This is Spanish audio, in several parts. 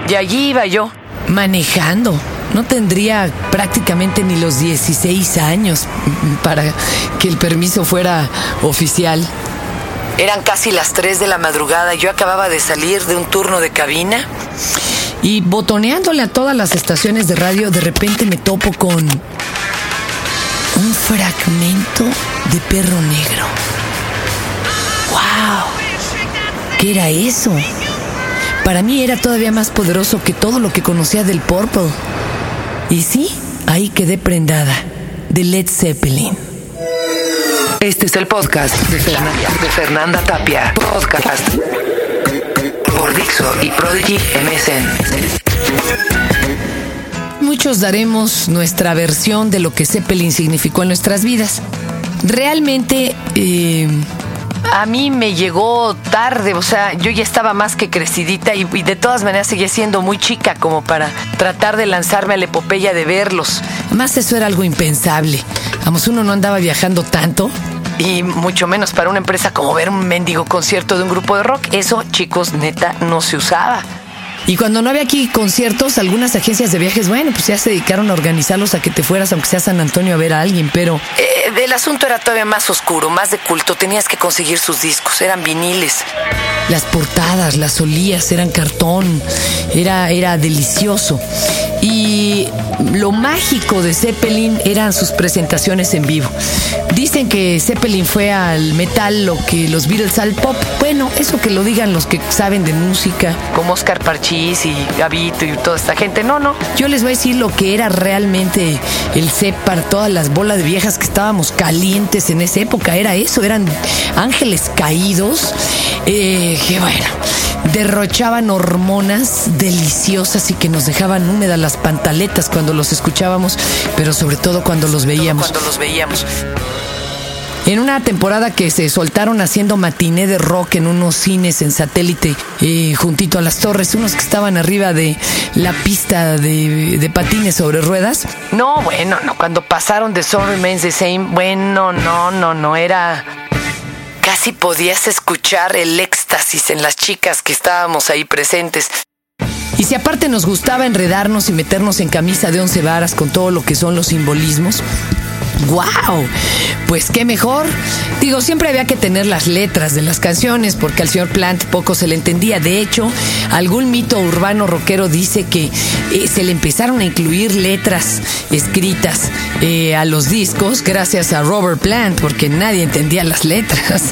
Y allí iba yo. Manejando. No tendría prácticamente ni los 16 años para que el permiso fuera oficial. Eran casi las 3 de la madrugada. Yo acababa de salir de un turno de cabina. Y botoneándole a todas las estaciones de radio, de repente me topo con un fragmento de Perro Negro. ¡Wow! ¿Qué era eso? Para mí era todavía más poderoso que todo lo que conocía del Purple. Y sí, ahí quedé prendada de Led Zeppelin. Este es el podcast de Fernanda Tapia. Podcast por Dixo y Prodigy MSN. Muchos daremos nuestra versión de lo que Zeppelin significó en nuestras vidas. Realmente, a mí me llegó tarde, o sea, yo ya estaba más que crecidita y de todas maneras seguía siendo muy chica como para tratar de lanzarme a la epopeya de verlos. Más eso era algo impensable. Vamos, uno no andaba viajando tanto. Y mucho menos para una empresa como ver un mendigo concierto de un grupo de rock. Eso, chicos, neta, no se usaba. Y cuando no había aquí conciertos, algunas agencias de viajes, bueno, pues ya se dedicaron a organizarlos a que te fueras, aunque sea a San Antonio, a ver a alguien, pero... El asunto era todavía más oscuro, más de culto. Tenías que conseguir sus discos, eran viniles. Las portadas, las olías, eran cartón, era delicioso. Y lo mágico de Zeppelin eran sus presentaciones en vivo. Dicen que Zeppelin fue al metal lo que los Beatles al pop. Bueno, eso que lo digan los que saben de música. Como Oscar Parchís y Gabito y toda esta gente. No. Yo les voy a decir lo que era realmente el Zepp para todas las bolas de viejas que estábamos calientes en esa época. Era eso, eran ángeles caídos. Que bueno, derrochaban hormonas deliciosas y que nos dejaban húmedas las pantaletas cuando los escuchábamos, pero sobre todo cuando los veíamos. En una temporada que se soltaron haciendo matiné de rock en unos cines en Satélite, juntito a las torres, unos que estaban arriba de la pista de patines sobre ruedas. No, cuando pasaron de Sun Remains the Same, bueno, no, era... Casi podías escuchar el éxtasis en las chicas que estábamos ahí presentes. Y si aparte nos gustaba enredarnos y meternos en camisa de 11 varas con todo lo que son los simbolismos, ¡wow! Pues qué mejor. Digo, siempre había que tener las letras de las canciones porque al señor Plant poco se le entendía. De hecho, algún mito urbano rockero dice que se le empezaron a incluir letras escritas a los discos gracias a Robert Plant, porque nadie entendía las letras.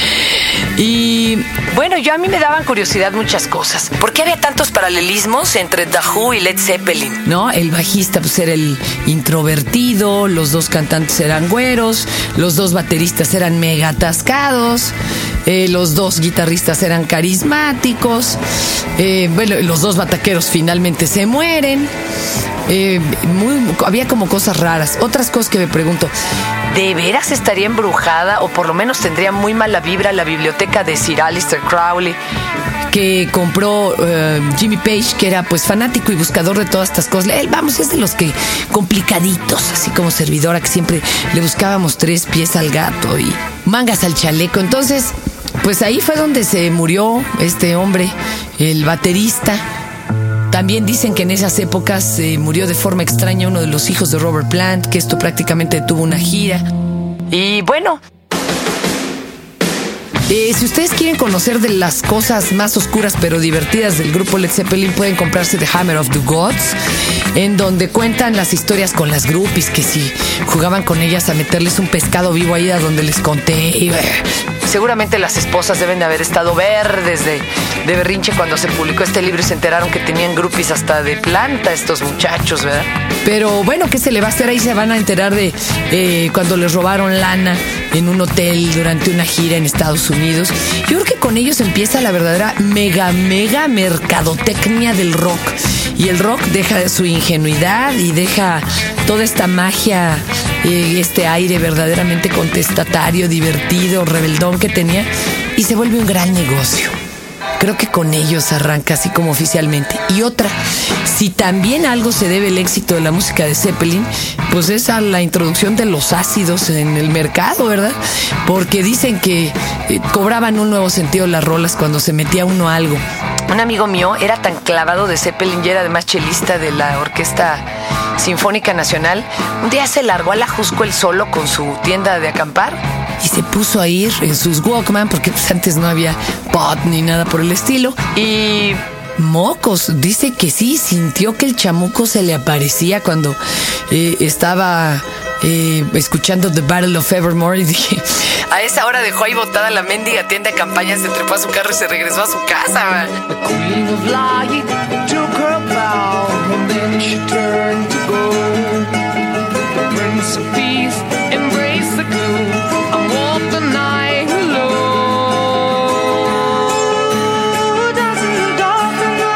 Y bueno, a mí me daban curiosidad muchas cosas. ¿Por qué había tantos paralelismos entre The Who y Led Zeppelin? No, el bajista pues era el introvertido, los dos cantantes eran güeros, los dos bateristas eran mega atascados, los dos guitarristas eran carismáticos, los dos bataqueros finalmente se mueren. Había como cosas raras. Otras cosas que me pregunto, ¿de veras estaría embrujada o por lo menos tendría muy mala vibra la biblioteca de Sir Aleister Crowley? Que compró Jimmy Page, que era pues fanático y buscador de todas estas cosas. Él, es de los que complicaditos, así como servidora, que siempre le buscábamos 3 pies al gato y mangas al chaleco. Entonces, pues ahí fue donde se murió este hombre, el baterista. También dicen que en esas épocas murió de forma extraña uno de los hijos de Robert Plant, que esto prácticamente tuvo una gira. Y bueno, si ustedes quieren conocer de las cosas más oscuras pero divertidas del grupo Led Zeppelin, pueden comprarse The Hammer of the Gods, en donde cuentan las historias con las groupies, que si jugaban con ellas a meterles un pescado vivo ahí a donde les conté. Seguramente las esposas deben de haber estado verdes de berrinche cuando se publicó este libro y se enteraron que tenían groupies hasta de planta estos muchachos, ¿verdad? Pero bueno, ¿qué se le va a hacer? Ahí se van a enterar de cuando les robaron lana en un hotel durante una gira en Estados Unidos. Yo creo que con ellos empieza la verdadera mega mercadotecnia del rock. Y el rock deja su ingenuidad y deja toda esta magia, este aire verdaderamente contestatario, divertido, rebeldón que tenía, y se vuelve un gran negocio. Creo que con ellos arranca así como oficialmente. Y otra, si también algo se debe el éxito de la música de Zeppelin, pues es a la introducción de los ácidos en el mercado, ¿verdad? Porque dicen que cobraban un nuevo sentido las rolas cuando se metía uno a algo. Un amigo mío era tan clavado de Zeppelin y era además chelista de la Orquesta Sinfónica Nacional. Un día se largó a la Jusco él solo con su tienda de acampar y se puso a ir en sus Walkman, porque pues antes no había pod ni nada por el estilo. Y mocos, dice que sí, sintió que el chamuco se le aparecía cuando estaba escuchando The Battle of Evermore, y dije, a esa hora dejó ahí botada la mendiga tienda de campaña, se trepó a su carro y se regresó a su casa, man. The Queen of Light took her vow and then she turned to go. The Prince of Peace embraced the gloom and walked the night alone. Dancing in the dark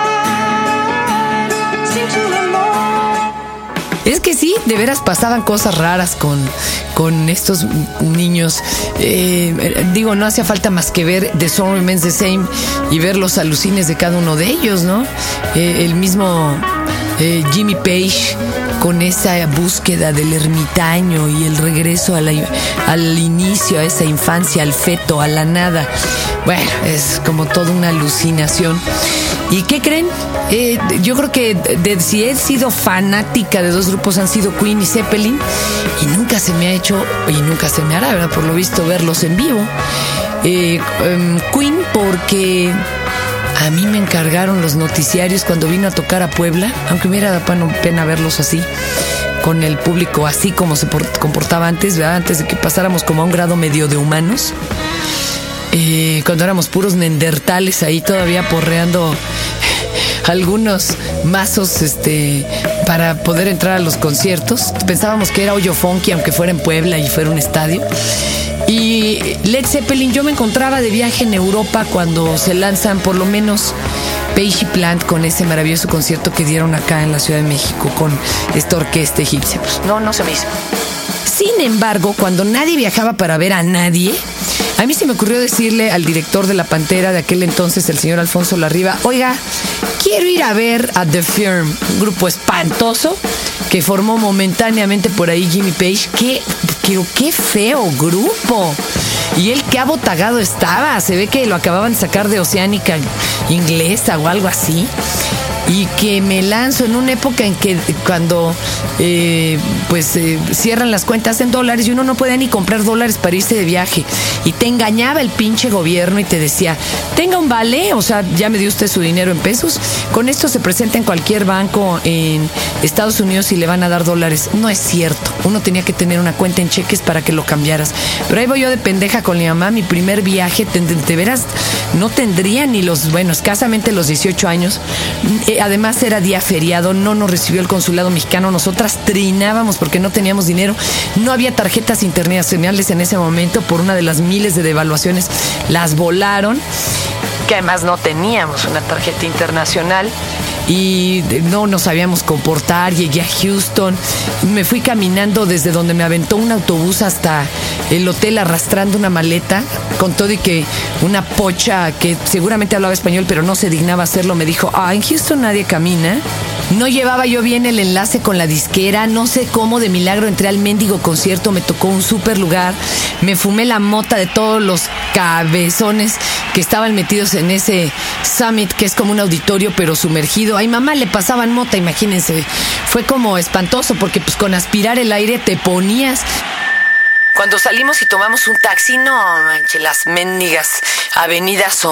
night, seemed to have more. Es que sí, de veras pasaban cosas raras con estos niños. Digo, no hacía falta más que ver The Song Remains the Same y ver los alucines de cada uno de ellos, ¿no? El mismo Jimmy Page con esa búsqueda del ermitaño y el regreso al inicio, a esa infancia, al feto, a la nada. Bueno, es como toda una alucinación. ¿Y qué creen? Yo creo que si he sido fanática de dos grupos han sido Queen y Zeppelin, y nunca se me ha hecho y nunca se me hará, ¿verdad? Por lo visto, verlos en vivo. Queen porque a mí me encargaron los noticiarios cuando vino a tocar a Puebla, aunque me hubiera dado pena verlos así, con el público así como se comportaba antes, ¿verdad? Antes de que pasáramos como a un grado medio de humanos. Cuando éramos puros neandertales ahí todavía porreando algunos mazos para poder entrar a los conciertos. Pensábamos que era hoyo funky, aunque fuera en Puebla y fuera un estadio. Y Led Zeppelin, yo me encontraba de viaje en Europa cuando se lanzan por lo menos Page y Plant con ese maravilloso concierto que dieron acá en la Ciudad de México con esta orquesta egipcia. Pues no se me hizo. Sin embargo, cuando nadie viajaba para ver a nadie, a mí se me ocurrió decirle al director de La Pantera de aquel entonces, el señor Alfonso Larriba, oiga, quiero ir a ver a The Firm, un grupo espantoso que formó momentáneamente por ahí Jimmy Page. Qué feo grupo. Y él qué abotagado estaba. Se ve que lo acababan de sacar de Oceánica Inglesa o algo así. Y que me lanzo en una época en que cuando cierran las cuentas en dólares y uno no puede ni comprar dólares para irse de viaje, y te engañaba el pinche gobierno y te decía, tenga un vale, o sea, ya me dio usted su dinero en pesos, con esto se presenta en cualquier banco en Estados Unidos y le van a dar dólares. No es cierto, uno tenía que tener una cuenta en cheques para que lo cambiaras. Pero ahí voy yo de pendeja con mi mamá, mi primer viaje, de veras, no tendría ni escasamente los 18 años. Además era día feriado, no nos recibió el consulado mexicano, nosotras trinábamos porque no teníamos dinero, no había tarjetas internacionales en ese momento por una de las miles de devaluaciones, las volaron, que además no teníamos una tarjeta internacional y no nos sabíamos comportar. Llegué a Houston, me fui caminando desde donde me aventó un autobús hasta el hotel arrastrando una maleta, con todo y que una pocha que seguramente hablaba español pero no se dignaba hacerlo me dijo, en Houston nadie camina. No llevaba yo bien el enlace con la disquera, no sé cómo de milagro entré al mendigo concierto, me tocó un súper lugar, me fumé la mota de todos los cabezones que estaban metidos en ese Summit, que es como un auditorio pero sumergido. Ay, mamá, le pasaban mota, imagínense. Fue como espantoso porque pues con aspirar el aire te ponías. Cuando salimos y tomamos un taxi, no manches, las mendigas avenidas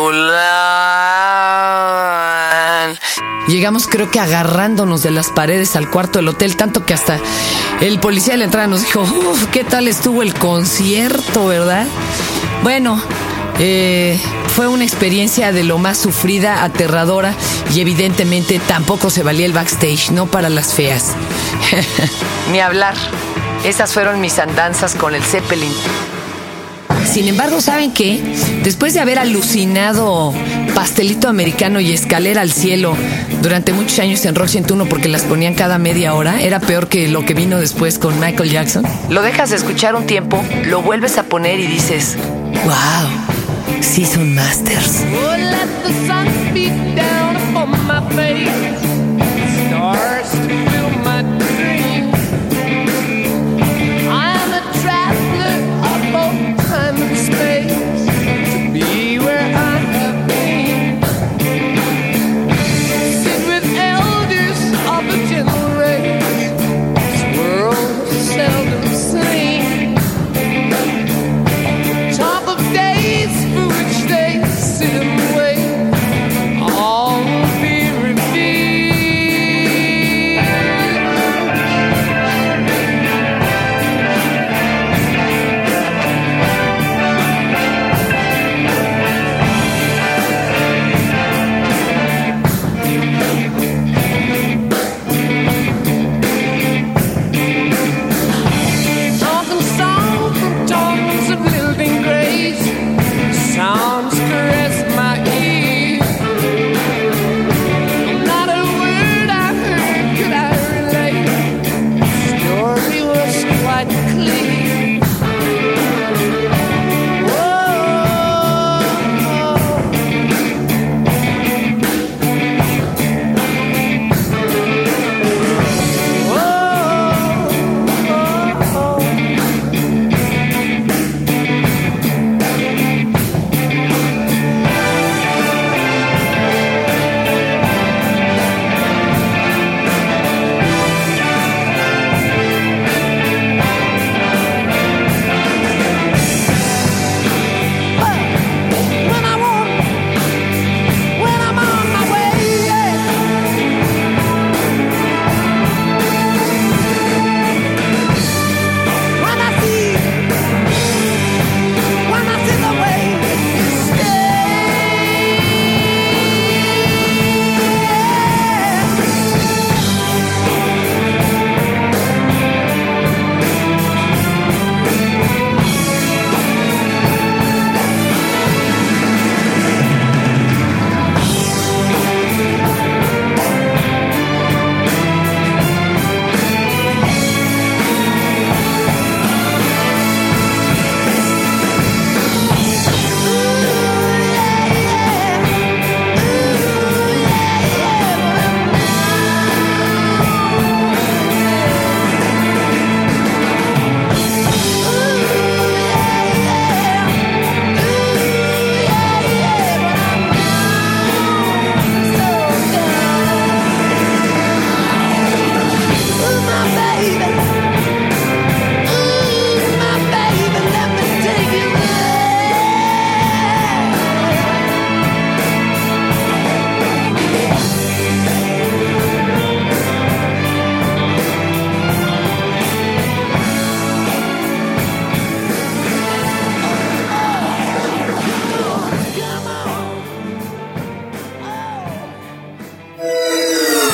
ondulan. Llegamos creo que agarrándonos de las paredes al cuarto del hotel, tanto que hasta el policía de la entrada nos dijo, ¿qué tal estuvo el concierto, verdad? Bueno, fue una experiencia de lo más sufrida, aterradora, y evidentemente tampoco se valía el backstage, no para las feas. Ni hablar. Esas fueron mis andanzas con el Zeppelin. Sin embargo, ¿saben qué? Después de haber alucinado Pastelito Americano y Escalera al Cielo durante muchos años en Rock 101 porque las ponían cada media hora, era peor que lo que vino después con Michael Jackson. Lo dejas de escuchar un tiempo, lo vuelves a poner y dices, wow, sí son masters. Oh, let the sun beat down upon my face. Stars to fill my dreams. I'm a traveler of all time and space to be where I have been.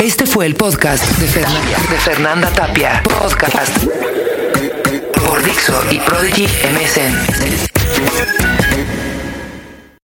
Este fue el podcast de Fernanda Tapia. Podcast por Dixo y Prodigy MSN.